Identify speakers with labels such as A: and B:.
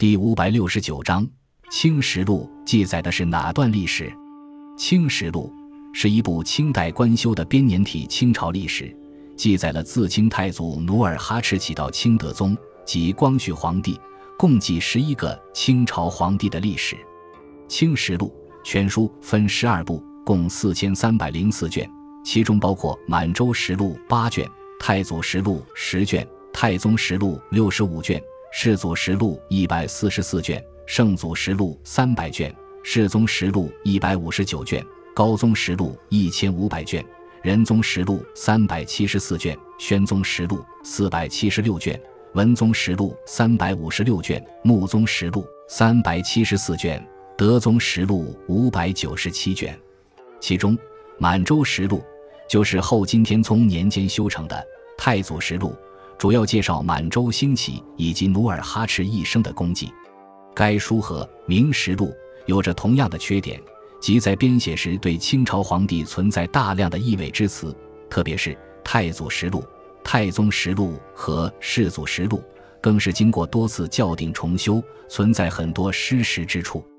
A: 第569章清实录记载的是哪段历史？清实录是一部清代官修的编年体清朝历史，记载了自清太祖努尔哈赤起到清德宗及光绪皇帝共计11个清朝皇帝的历史。清实录全书分12部，共4304卷，其中包括满洲实录8卷、太祖实录10卷、太宗实录65卷、世祖实录144卷、圣祖实录300卷、世宗实录159卷、高宗实录1500卷、仁宗实录374卷、宣宗实录476卷、文宗实录356卷、穆宗实录374卷、德宗实录597卷。其中满洲实录就是后金天聪年间修成的，太祖实录主要介绍满洲兴起以及努尔哈赤一生的功绩。该书和明实录有着同样的缺点，即在编写时对清朝皇帝存在大量的意味之词，特别是太祖实录、太宗实录和世祖实录更是经过多次校订重修，存在很多失实之处。